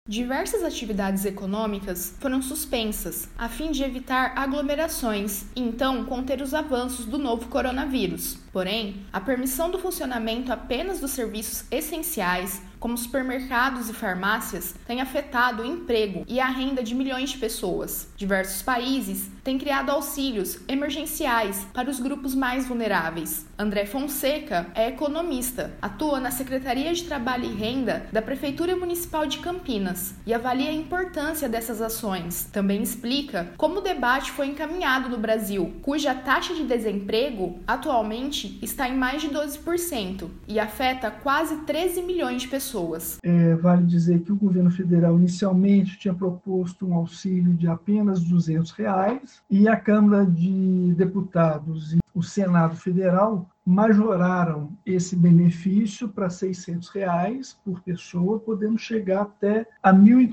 Diversas atividades econômicas foram suspensas, a fim de evitar aglomerações e então conter os avanços do novo coronavírus. Porém, a permissão do funcionamento apenas dos serviços essenciais, como supermercados e farmácias, tem afetado o emprego e a renda de milhões de pessoas. Diversos países têm criado auxílios emergenciais para os grupos mais vulneráveis. André Fonseca é economista, atua na Secretaria de Trabalho e Renda da Prefeitura Municipal de Campinas e avalia a importância dessas ações. Também explica como o debate foi encaminhado no Brasil, cuja taxa de desemprego atualmente está em mais de 12% e afeta quase 13 milhões de pessoas. Vale dizer que o governo federal inicialmente tinha proposto um auxílio de apenas R$200 e a Câmara de Deputados e o Senado Federal majoraram esse benefício para R$600 por pessoa, podendo chegar até a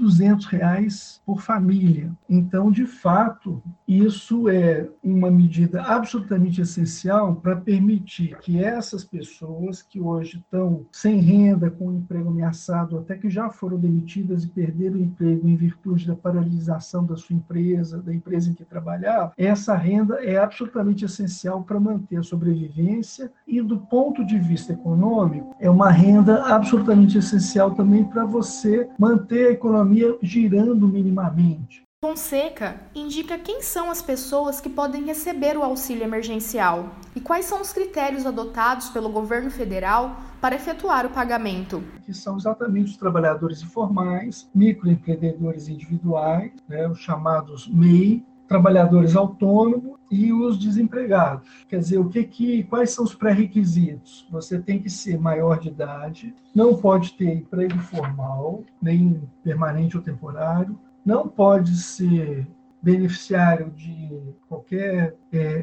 R$1.200 por família. Então, de fato, isso é uma medida absolutamente essencial para permitir que essas pessoas que hoje estão sem renda, com o emprego ameaçado, até que já foram demitidas e perderam o emprego em virtude da paralisação da sua empresa, da empresa em que trabalhava, essa renda é absolutamente essencial para manter a sobrevivência e, do ponto de vista econômico, é uma renda absolutamente essencial também para você manter a economia girando minimamente. Fonseca indica quem são as pessoas que podem receber o auxílio emergencial e quais são os critérios adotados pelo governo federal para efetuar o pagamento. Que são exatamente os trabalhadores informais, microempreendedores individuais, os chamados MEI, trabalhadores autônomos e os desempregados. Quer dizer, quais são os pré-requisitos? Você tem que ser maior de idade, não pode ter emprego formal, nem permanente ou temporário, não pode ser beneficiário de qualquer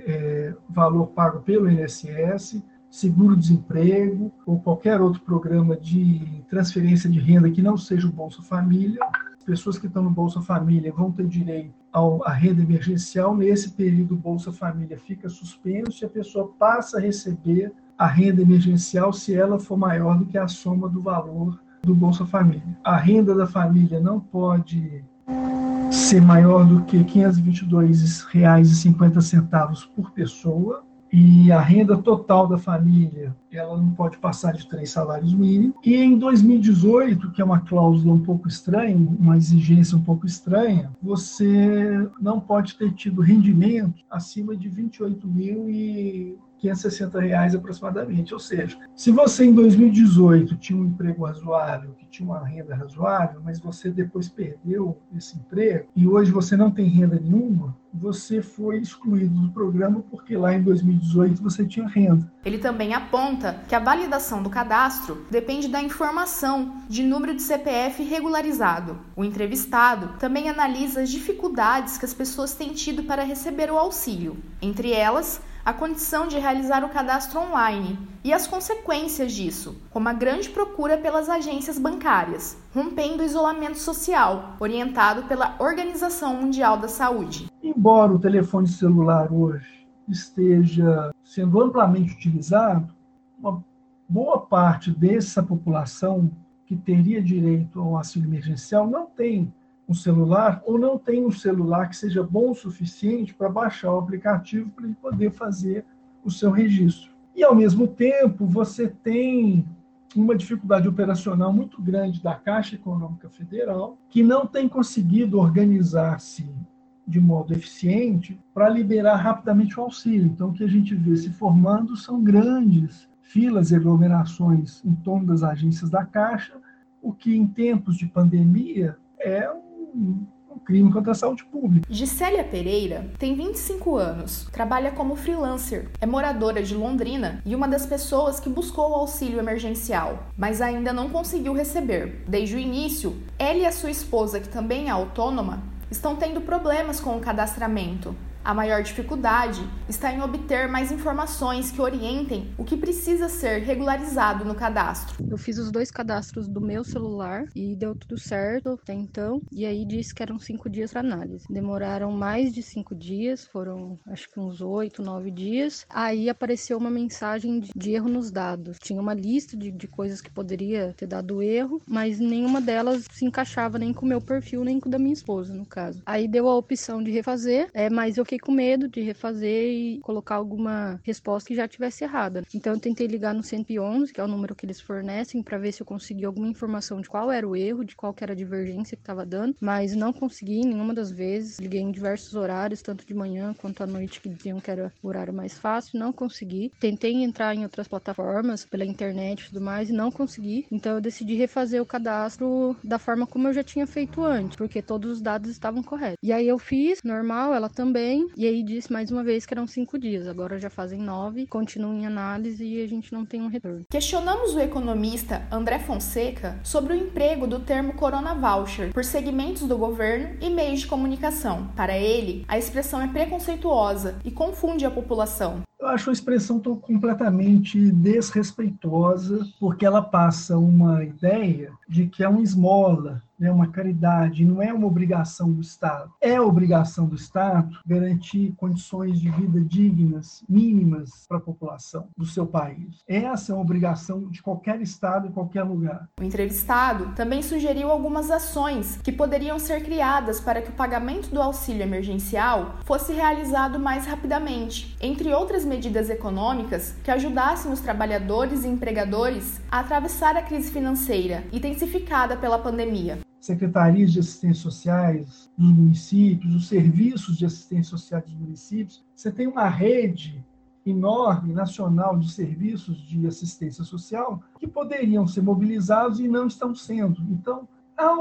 valor pago pelo INSS, seguro-desemprego ou qualquer outro programa de transferência de renda que não seja o Bolsa Família. As pessoas que estão no Bolsa Família vão ter direito à renda emergencial. Nesse período, o Bolsa Família fica suspenso e a pessoa passa a receber a renda emergencial se ela for maior do que a soma do valor do Bolsa Família. A renda da família não pode ser maior do que R$ 522,50 por pessoa. E a renda total da família, ela não pode passar de 3 salários mínimos. E em 2018, que é uma cláusula um pouco estranha, uma exigência um pouco estranha, você não pode ter tido rendimento acima de R$ 28.560 aproximadamente. Ou seja, se você em 2018 tinha um emprego razoável, que tinha uma renda razoável, mas você depois perdeu esse emprego e hoje você não tem renda nenhuma, você foi excluído do programa porque lá em 2018 você tinha renda. Ele também aponta que a validação do cadastro depende da informação de número de CPF regularizado. O entrevistado também analisa as dificuldades que as pessoas têm tido para receber o auxílio, entre elas a condição de realizar o cadastro online e as consequências disso, como a grande procura pelas agências bancárias, rompendo o isolamento social, orientado pela Organização Mundial da Saúde. Embora o telefone celular hoje esteja sendo amplamente utilizado, uma boa parte dessa população que teria direito ao auxílio emergencial não tem um celular ou não tem um celular que seja bom o suficiente para baixar o aplicativo para ele poder fazer o seu registro. E, ao mesmo tempo, você tem uma dificuldade operacional muito grande da Caixa Econômica Federal, que não tem conseguido organizar-se de modo eficiente para liberar rapidamente o auxílio. Então, o que a gente vê se formando são grandes filas e aglomerações em torno das agências da Caixa, o que, em tempos de pandemia, é um crime contra a saúde pública. Gisélia Pereira tem 25 anos, trabalha como freelancer, é moradora de Londrina e uma das pessoas que buscou o auxílio emergencial, mas ainda não conseguiu receber. Desde o início, ela e a sua esposa, que também é autônoma, estão tendo problemas com o cadastramento. A maior dificuldade está em obter mais informações que orientem o que precisa ser regularizado no cadastro. Eu fiz os 2 cadastros do meu celular e deu tudo certo até então, e aí disse que eram 5 dias para análise. Demoraram mais de 5 dias, foram acho que uns 8, 9 dias. Aí apareceu uma mensagem de erro nos dados. Tinha uma lista de coisas que poderia ter dado erro, mas nenhuma delas se encaixava nem com o meu perfil, nem com o da minha esposa, no caso. Aí deu a opção de refazer, mas eu fiquei com medo de refazer e colocar alguma resposta que já tivesse errada. Então eu tentei ligar no 111, que é o número que eles fornecem, para ver se eu consegui alguma informação de qual era o erro, de qual que era a divergência que estava dando, mas não consegui nenhuma das vezes. Liguei em diversos horários, tanto de manhã quanto à noite, que diziam que era o horário mais fácil, não consegui. Tentei entrar em outras plataformas, pela internet e tudo mais, e não consegui. Então eu decidi refazer o cadastro da forma como eu já tinha feito antes, porque todos os dados estavam corretos. E aí eu fiz, normal, ela também, e aí disse mais uma vez que eram 5 dias, agora já fazem 9, continuam em análise e a gente não tem um retorno. Questionamos o economista André Fonseca sobre o emprego do termo Corona Voucher por segmentos do governo e meios de comunicação. Para ele, a expressão é preconceituosa e confunde a população. Eu acho a expressão completamente desrespeitosa, porque ela passa uma ideia de que é uma esmola, né, uma caridade, não é uma obrigação do Estado. É obrigação do Estado garantir condições de vida dignas, mínimas para a população do seu país. Essa é uma obrigação de qualquer Estado em qualquer lugar. O entrevistado também sugeriu algumas ações que poderiam ser criadas para que o pagamento do auxílio emergencial fosse realizado mais rapidamente, entre outras medidas econômicas que ajudassem os trabalhadores e empregadores a atravessar a crise financeira intensificada pela pandemia. Secretarias de assistência sociais dos municípios, os serviços de assistência social dos municípios. Você tem uma rede enorme, nacional, de serviços de assistência social que poderiam ser mobilizados e não estão sendo. Então, há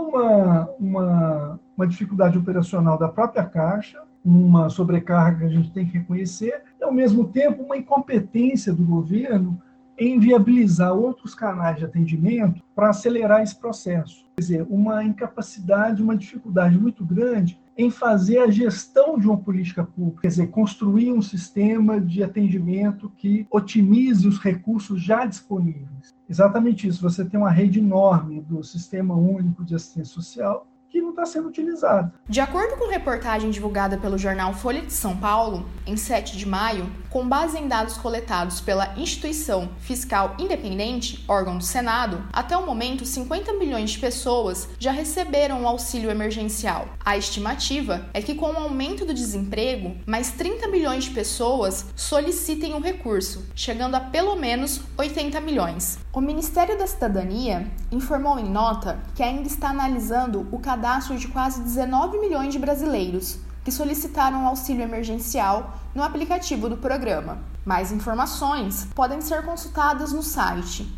uma dificuldade operacional da própria Caixa, uma sobrecarga que a gente tem que reconhecer, e, ao mesmo tempo, uma incompetência do governo em viabilizar outros canais de atendimento para acelerar esse processo. Quer dizer, uma incapacidade, uma dificuldade muito grande em fazer a gestão de uma política pública, quer dizer, construir um sistema de atendimento que otimize os recursos já disponíveis. Exatamente isso, você tem uma rede enorme do Sistema Único de Assistência Social que não está sendo utilizada. De acordo com reportagem divulgada pelo jornal Folha de São Paulo, em 7 de maio, com base em dados coletados pela Instituição Fiscal Independente, órgão do Senado, até o momento 50 milhões de pessoas já receberam o auxílio emergencial. A estimativa é que com o aumento do desemprego, mais 30 milhões de pessoas solicitem o recurso, chegando a pelo menos 80 milhões. O Ministério da Cidadania informou em nota que ainda está analisando o cadastro de quase 19 milhões de brasileiros que solicitaram auxílio emergencial no aplicativo do programa. Mais informações podem ser consultadas no site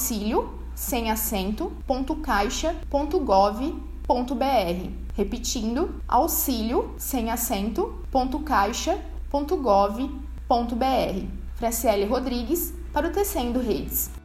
auxilio.caixa.gov.br. Repetindo, auxilio.caixa.gov.br. Franciele Rodrigues, para o Tecendo Redes.